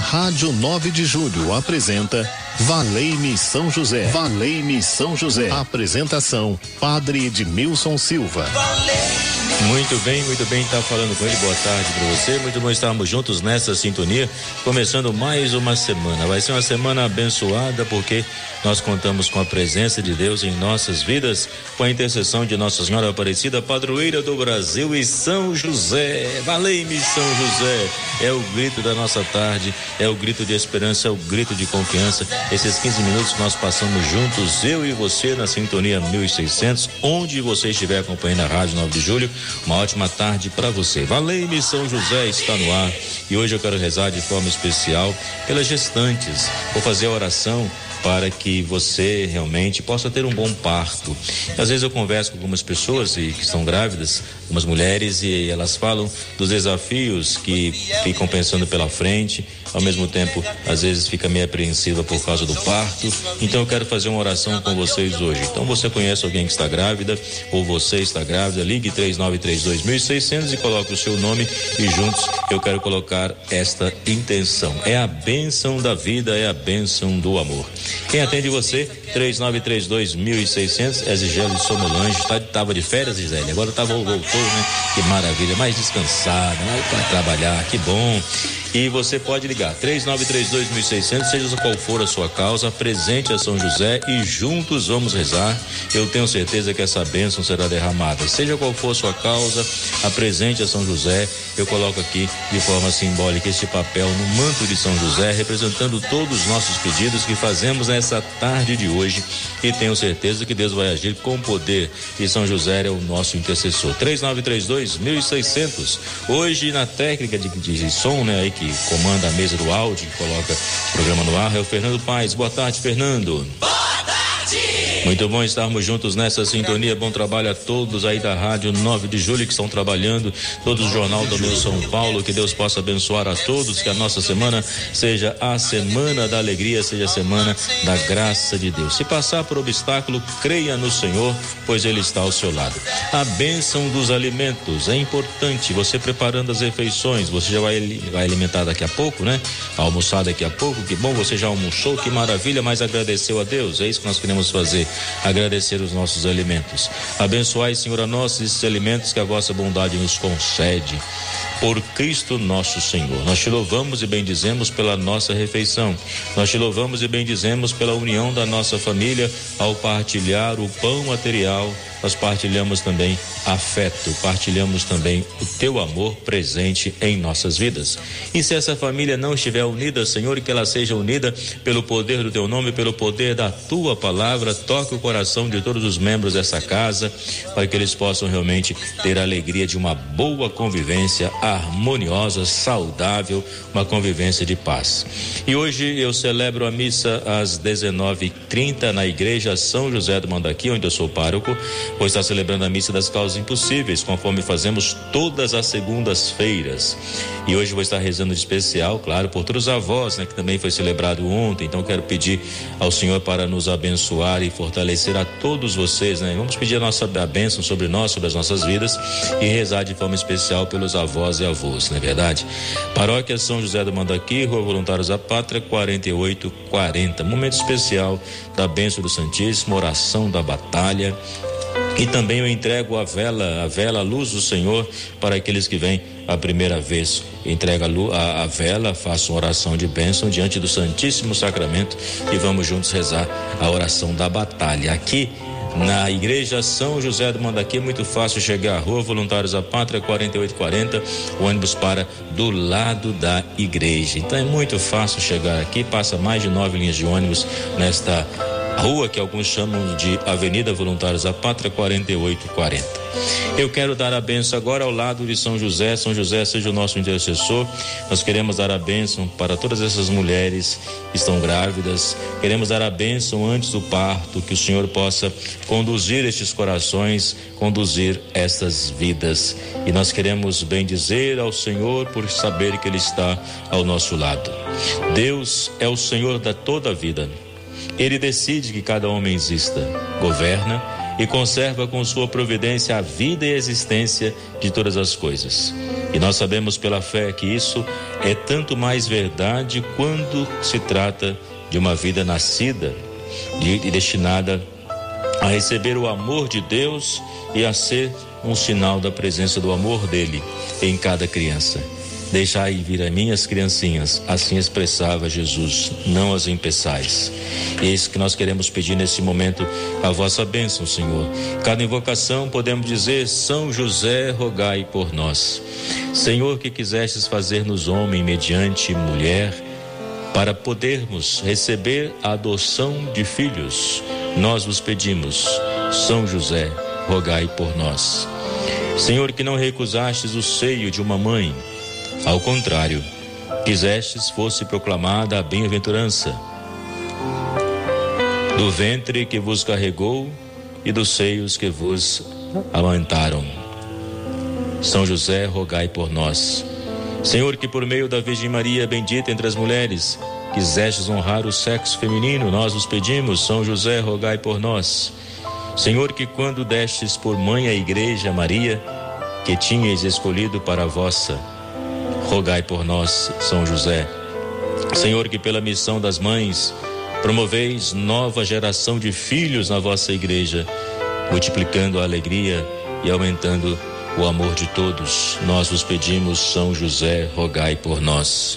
Rádio 9 de Julho apresenta Valei-me São José. Valei-me São José. Apresentação: Padre Edmilson Silva. Muito bem, tá falando com ele. Boa tarde para você. Muito bom estarmos juntos nessa sintonia, começando mais uma semana. Vai ser uma semana abençoada porque nós contamos com a presença de Deus em nossas vidas, com a intercessão de Nossa Senhora Aparecida, padroeira do Brasil e São José. Valei-me São José. É o grito da nossa tarde, é o grito de esperança, é o grito de confiança. Esses 15 minutos que nós passamos juntos, eu e você, na sintonia 1600, onde você estiver acompanhando a Rádio 9 de Julho. Uma ótima tarde para você. Valei-me São José está no ar e hoje eu quero rezar de forma especial pelas gestantes. Vou fazer a oração para que você realmente possa ter um bom parto. Às vezes eu converso com algumas pessoas que estão grávidas, algumas mulheres, e elas falam dos desafios que ficam pensando pela frente, ao mesmo tempo às vezes fica meio apreensiva por causa do parto. Então eu quero fazer uma oração com vocês hoje. Então você conhece alguém que está grávida ou você está grávida, ligue 3932.600 e coloque o seu nome e juntos eu quero colocar esta intenção. É a bênção da vida, é a bênção do amor. Quem atende você? 3932.600. É Gisele Somolange. Tava de férias, Gisele. Agora voltou, né? Que maravilha. Mais descansada, né? Para trabalhar. Que bom. E você pode ligar 3932.600, seja qual for a sua causa, apresente a São José e juntos vamos rezar. Eu tenho certeza que essa bênção será derramada. Seja qual for a sua causa, apresente a São José. Eu coloco aqui de forma simbólica este papel no manto de São José, representando todos os nossos pedidos que fazemos nessa tarde de hoje, e tenho certeza que Deus vai agir com poder, e São José é o nosso intercessor. 3932.600. Hoje na técnica de som, né, aí que comanda a mesa do áudio, que coloca o programa no ar, é o Fernando Paes. Boa tarde, Fernando. Boa tarde. Muito bom estarmos juntos nessa sintonia. Bom trabalho a todos aí da Rádio 9 de Julho que estão trabalhando, todo o Jornal do Meu São Paulo. Que Deus possa abençoar a todos, que a nossa semana seja a semana da alegria, seja a semana da graça de Deus. Se passar por obstáculo, creia no Senhor, pois Ele está ao seu lado. A bênção dos alimentos é importante. Você preparando as refeições, você já vai alimentar daqui a pouco, né? Almoçar daqui a pouco, que bom, você já almoçou, que maravilha, mas agradeceu a Deus. É isso que nós queremos fazer, agradecer os nossos alimentos. Abençoai, Senhor, a nós esses alimentos que a vossa bondade nos concede. Por Cristo nosso Senhor. Nós te louvamos e bendizemos pela nossa refeição. Nós te louvamos e bendizemos pela união da nossa família ao partilhar o pão material. Nós partilhamos também afeto, partilhamos também o teu amor presente em nossas vidas. E se essa família não estiver unida, Senhor, que ela seja unida pelo poder do teu nome, pelo poder da tua palavra. Toque o coração de todos os membros dessa casa, para que eles possam realmente ter a alegria de uma boa convivência harmoniosa, saudável, uma convivência de paz. E hoje eu celebro a missa às 19h30 na Igreja São José do Mandaqui, onde eu sou pároco. Vou estar celebrando a missa das causas impossíveis, conforme fazemos todas as segundas-feiras. E hoje vou estar rezando de especial, claro, por todos os avós, né, que também foi celebrado ontem. Então quero pedir ao Senhor para nos abençoar e fortalecer a todos vocês, né? Vamos pedir a bênção sobre nós, sobre as nossas vidas, e rezar de forma especial pelos avós e avós, não é verdade? Paróquia São José do Mandaqui, Rua Voluntários da Pátria, 4840. Momento especial da bênção do Santíssimo, oração da batalha. E também eu entrego a vela, a luz do Senhor, para aqueles que vêm a primeira vez. Entrega a vela, faço uma oração de bênção diante do Santíssimo Sacramento e vamos juntos rezar a oração da batalha. Aqui na Igreja São José do Mandaqui é muito fácil chegar à Rua Voluntários da Pátria, 4840. O ônibus para do lado da igreja. Então é muito fácil chegar aqui, passa mais de 9 linhas de ônibus nesta rua que alguns chamam de Avenida Voluntários da Pátria, 4840. Eu quero dar a bênção agora ao lado de São José. São José seja o nosso intercessor. Nós queremos dar a bênção para todas essas mulheres que estão grávidas. Queremos dar a bênção antes do parto, que o Senhor possa conduzir estes corações, conduzir estas vidas. E nós queremos bendizer ao Senhor por saber que Ele está ao nosso lado. Deus é o Senhor da toda a vida. Ele decide que cada homem exista, governa e conserva com sua providência a vida e a existência de todas as coisas. E nós sabemos pela fé que isso é tanto mais verdade quando se trata de uma vida nascida e destinada a receber o amor de Deus e a ser um sinal da presença do amor dele em cada criança. Deixai vir a mim as criancinhas, assim expressava Jesus, não as impeçais. E é isso que nós queremos pedir nesse momento, a vossa bênção, Senhor. Cada invocação podemos dizer: São José, rogai por nós. Senhor, que quisestes fazer-nos homem mediante mulher, para podermos receber a adoção de filhos, nós vos pedimos: São José, rogai por nós. Senhor, que não recusastes o seio de uma mãe, ao contrário, quisestes fosse proclamada a bem-aventurança do ventre que vos carregou e dos seios que vos amamentaram. São José, rogai por nós. Senhor, que por meio da Virgem Maria, bendita entre as mulheres, quisestes honrar o sexo feminino, nós vos pedimos: São José, rogai por nós. Senhor, que quando destes por mãe a Igreja Maria, que tinhais escolhido para a vossa, rogai por nós, São José. Senhor, que pela missão das mães promoveis nova geração de filhos na vossa igreja, multiplicando a alegria e aumentando o amor de todos, nós vos pedimos: São José, rogai por nós.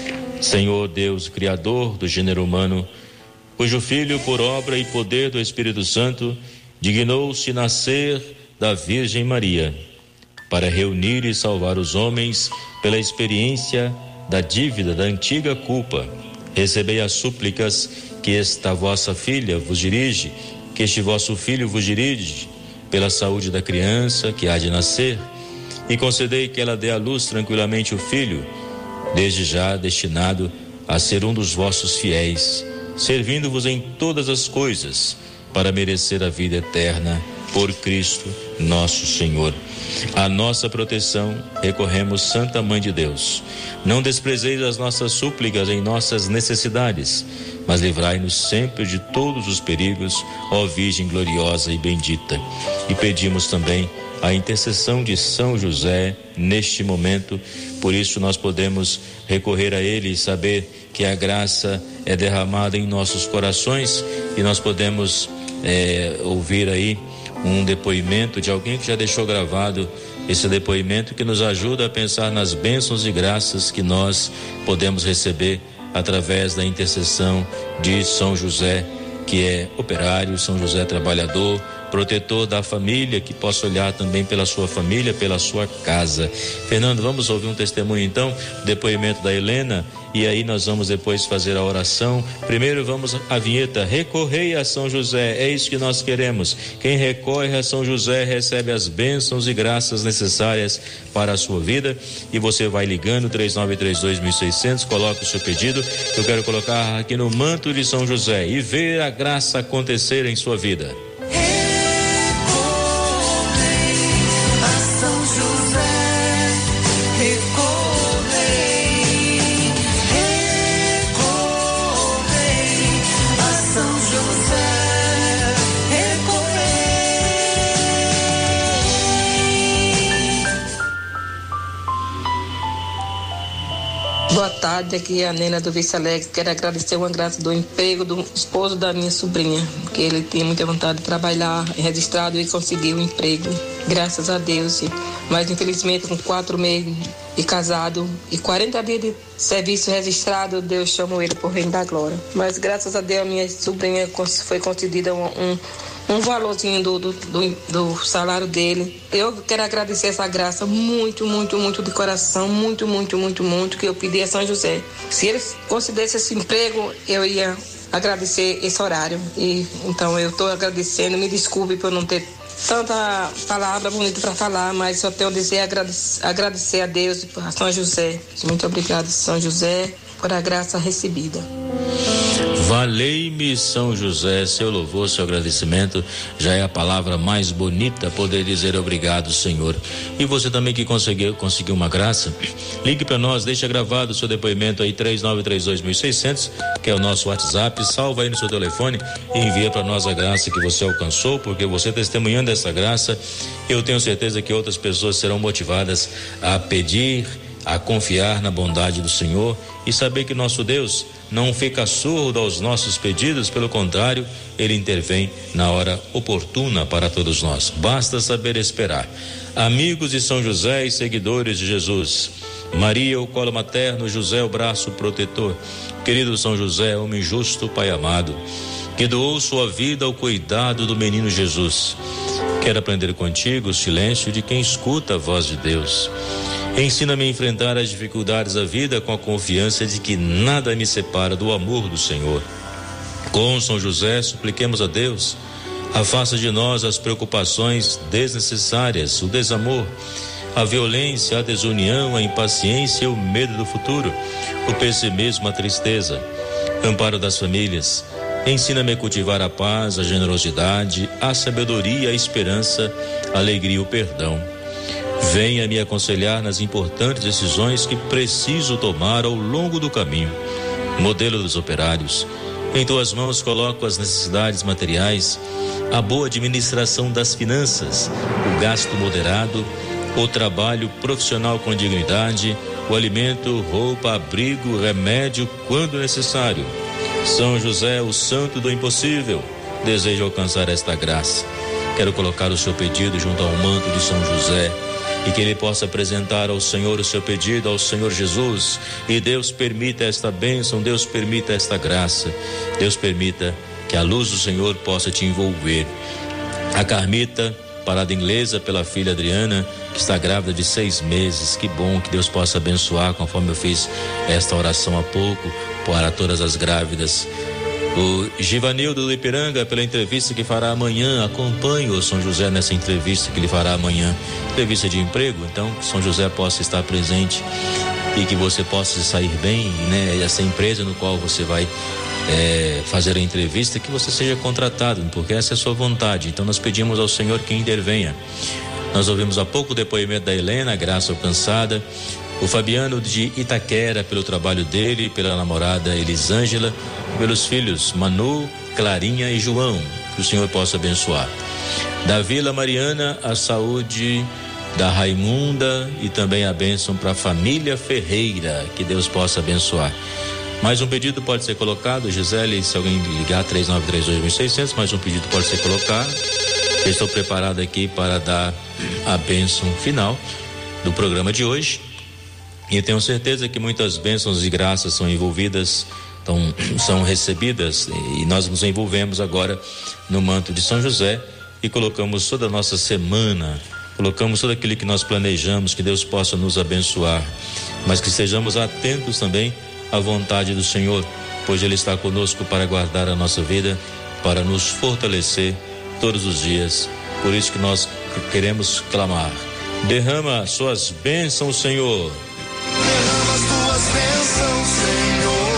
Senhor Deus, Criador do gênero humano, cujo Filho, por obra e poder do Espírito Santo, dignou-se nascer da Virgem Maria, para reunir e salvar os homens pela experiência da dívida da antiga culpa, recebei as súplicas que esta vossa filha vos dirige, que este vosso filho vos dirige, pela saúde da criança que há de nascer, e concedei que ela dê à luz tranquilamente o filho, desde já destinado a ser um dos vossos fiéis, servindo-vos em todas as coisas, para merecer a vida eterna, por Cristo nosso Senhor. A nossa proteção recorremos, Santa Mãe de Deus. Não desprezeis as nossas súplicas em nossas necessidades, mas livrai-nos sempre de todos os perigos, ó Virgem gloriosa e bendita. E pedimos também a intercessão de São José neste momento. Por isso nós podemos recorrer a ele e saber que a graça é derramada em nossos corações, e nós podemos ouvir aí um depoimento de alguém que já deixou gravado esse depoimento, que nos ajuda a pensar nas bênçãos e graças que nós podemos receber através da intercessão de São José, que é operário, São José trabalhador, protetor da família, que possa olhar também pela sua família, pela sua casa. Fernando, vamos ouvir um testemunho então, depoimento da Helena, e aí nós vamos depois fazer a oração. Primeiro vamos à vinheta. Recorrei a São José, é isso que nós queremos. Quem recorre a São José recebe as bênçãos e graças necessárias para a sua vida. E você vai ligando 3932.600, coloca o seu pedido. Eu quero colocar aqui no manto de São José e ver a graça acontecer em sua vida. Boa tarde, aqui é a Nena do Vice Alex. Quero agradecer uma graça do emprego do esposo da minha sobrinha, que ele tinha muita vontade de trabalhar registrado e conseguiu um emprego, graças a Deus. Mas infelizmente com 4 meses de casado e 40 dias de serviço registrado, Deus chamou ele por Reino da Glória. Mas graças a Deus a minha sobrinha foi concedida um valorzinho do salário dele. Eu quero agradecer essa graça muito, muito, muito de coração, muito, muito, muito, muito, que eu pedi a São José. Se ele concedesse esse emprego, eu ia agradecer esse horário. E então eu estou agradecendo, me desculpe por não ter tanta palavra bonita para falar, mas só tenho a dizer agradecer a Deus e a São José. Muito obrigada, São José, por a graça recebida. Valei-me São José, seu louvor, seu agradecimento já é a palavra mais bonita, poder dizer obrigado, Senhor. E você também que conseguiu uma graça, ligue para nós, deixa gravado o seu depoimento aí, 3932.600, que é o nosso WhatsApp, salva aí no seu telefone e envia para nós a graça que você alcançou, porque você testemunhando essa graça, eu tenho certeza que outras pessoas serão motivadas a pedir, a confiar na bondade do Senhor e saber que nosso Deus não fica surdo aos nossos pedidos, pelo contrário, Ele intervém na hora oportuna para todos nós. Basta saber esperar. Amigos de São José e seguidores de Jesus, Maria, o colo materno, José, o braço protetor, querido São José, homem justo, Pai amado, que doou sua vida ao cuidado do menino Jesus. Quero aprender contigo o silêncio de quem escuta a voz de Deus. Ensina-me a enfrentar as dificuldades da vida com a confiança de que nada me separa do amor do Senhor. Com São José, supliquemos a Deus, afasta de nós as preocupações desnecessárias, o desamor, a violência, a desunião, a impaciência, o medo do futuro, o pessimismo, a tristeza. Amparo das famílias. Ensina-me a cultivar a paz, a generosidade, a sabedoria, a esperança, a alegria e o perdão. Venha me aconselhar nas importantes decisões que preciso tomar ao longo do caminho. Modelo dos operários. Em tuas mãos coloco as necessidades materiais, a boa administração das finanças, o gasto moderado, o trabalho profissional com dignidade, o alimento, roupa, abrigo, remédio quando necessário. São José, o santo do impossível, desejo alcançar esta graça. Quero colocar o seu pedido junto ao manto de São José e que ele possa apresentar ao Senhor o seu pedido, ao Senhor Jesus, e Deus permita esta bênção, Deus permita esta graça, Deus permita que a luz do Senhor possa te envolver. A Carmita, parada inglesa pela filha Adriana, que está grávida de 6 meses, que bom que Deus possa abençoar, conforme eu fiz esta oração há pouco, para todas as grávidas. O Givanildo do Ipiranga, pela entrevista que fará amanhã, acompanhe o São José nessa entrevista que ele fará amanhã, entrevista de emprego, então que São José possa estar presente e que você possa sair bem, né? Essa empresa no qual você vai fazer a entrevista, que você seja contratado, porque essa é a sua vontade. Então nós pedimos ao Senhor que intervenha. Nós ouvimos há pouco o depoimento da Helena, graça alcançada. O Fabiano de Itaquera, pelo trabalho dele, pela namorada Elisângela, pelos filhos Manu, Clarinha e João, que o Senhor possa abençoar. Da Vila Mariana, a saúde da Raimunda e também a bênção para a família Ferreira, que Deus possa abençoar. Mais um pedido pode ser colocado, Gisele, se alguém ligar 3932.600, mais um pedido pode ser colocado. Eu estou preparado aqui para dar a bênção final do programa de hoje. E tenho certeza que muitas bênçãos e graças são envolvidas, são recebidas, e nós nos envolvemos agora no manto de São José e colocamos toda a nossa semana, colocamos tudo aquilo que nós planejamos, que Deus possa nos abençoar, mas que estejamos atentos também à vontade do Senhor, pois Ele está conosco para guardar a nossa vida, para nos fortalecer todos os dias. Por isso que nós queremos clamar: derrama suas bênçãos, Senhor. Derrama as tuas bênçãos, Senhor.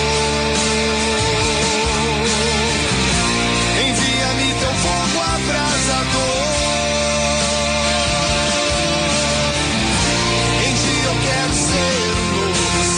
Envia-me teu fogo abrasador. Em ti eu quero ser um novo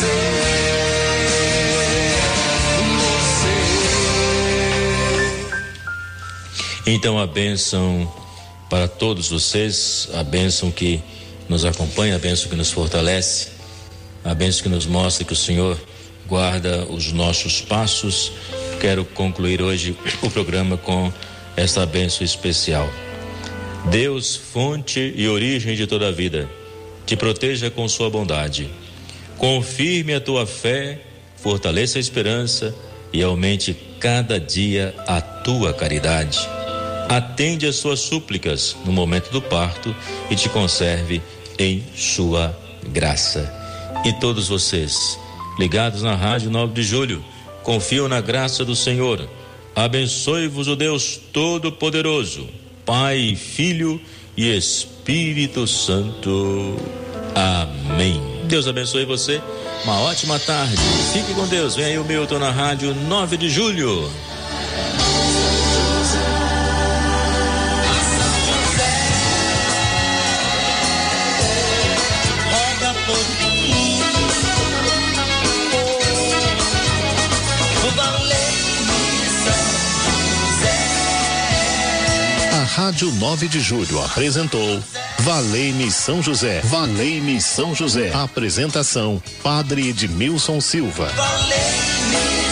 ser. Então a bênção para todos vocês, a bênção que nos acompanha, a bênção que nos fortalece, a bênção que nos mostra que o Senhor guarda os nossos passos. Quero concluir hoje o programa com esta bênção especial. Deus, fonte e origem de toda a vida, te proteja com sua bondade. Confirme a tua fé, fortaleça a esperança e aumente cada dia a tua caridade. Atende às suas súplicas no momento do parto e te conserve em sua graça. E todos vocês, ligados na Rádio 9 de Julho, confiam na graça do Senhor. Abençoe-vos o Deus Todo-Poderoso, Pai, Filho e Espírito Santo. Amém. Deus abençoe você. Uma ótima tarde. Fique com Deus. Vem aí o Milton na rádio 9 de julho. Rádio 9 de Julho apresentou Valei-me São José. Valei-me São José. Apresentação: Padre Edmilson Silva. Valei-me.